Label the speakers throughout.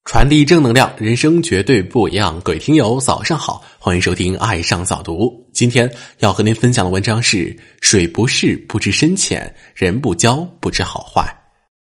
Speaker 1: 传递正能量，人生绝对不一样。各位听友早上好，欢迎收听爱上早读。今天要和您分享的文章是水不试不知深浅，人不交不知好坏。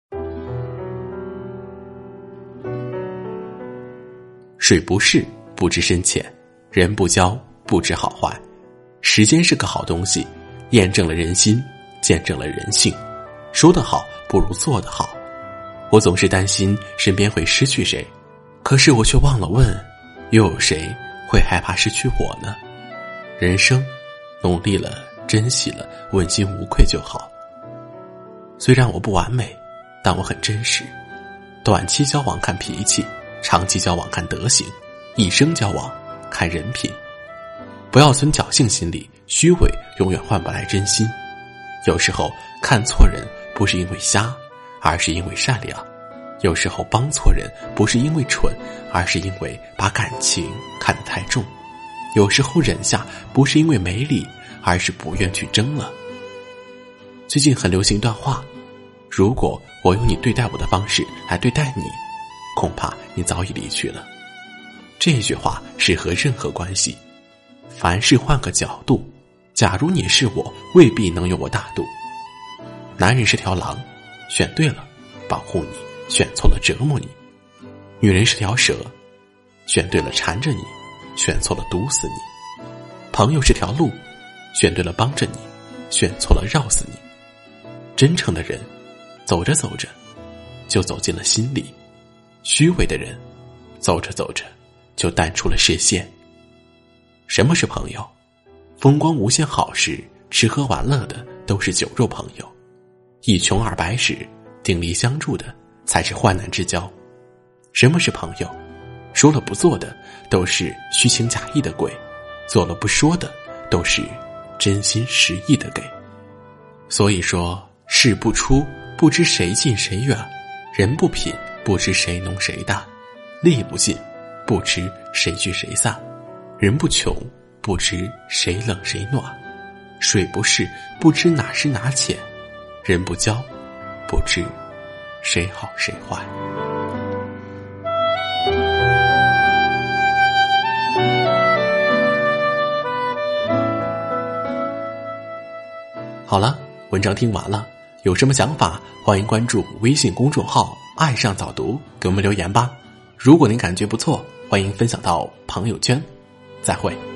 Speaker 1: 水不试不知深浅，人不交不知好坏。时间是个好东西，验证了人心，见证了人性。说得好不如做得好。我总是担心身边会失去谁，可是我却忘了问，又有谁会害怕失去我呢？人生努力了，珍惜了，问心无愧就好。虽然我不完美，但我很真实。短期交往看脾气，长期交往看德行，一生交往看人品。不要存侥幸心理，虚伪永远换不来真心。有时候看错人不是因为瞎，而是因为善良。有时候帮错人不是因为蠢，而是因为把感情看得太重。有时候忍下不是因为没理，而是不愿去争了。最近很流行一段话，如果我用你对待我的方式来对待你，恐怕你早已离去了。这句话适合任何关系，凡事换个角度，假如你是我，未必能有我大度。男人是条狼，选对了保护你，选错了折磨你。女人是条蛇，选对了缠着你，选错了毒死你。朋友是条路，选对了帮着你，选错了绕死你。真诚的人走着走着就走进了心里，虚伪的人走着走着就淡出了视线。什么是朋友？风光无限好时，吃喝玩乐的都是酒肉朋友。一穷二白时，鼎力相助的才是患难之交。什么是朋友？说了不做的都是虚情假意的鬼，做了不说的都是真心实意的给。所以说，事不出不知谁近谁远，人不品不知谁浓谁淡，力不尽不知谁聚谁散，人不穷不知谁冷谁暖，水不试不知哪深哪浅，人不交不知谁好谁坏。好了，文章听完了，有什么想法欢迎关注微信公众号爱上早读，给我们留言吧。如果您感觉不错，欢迎分享到朋友圈。再会。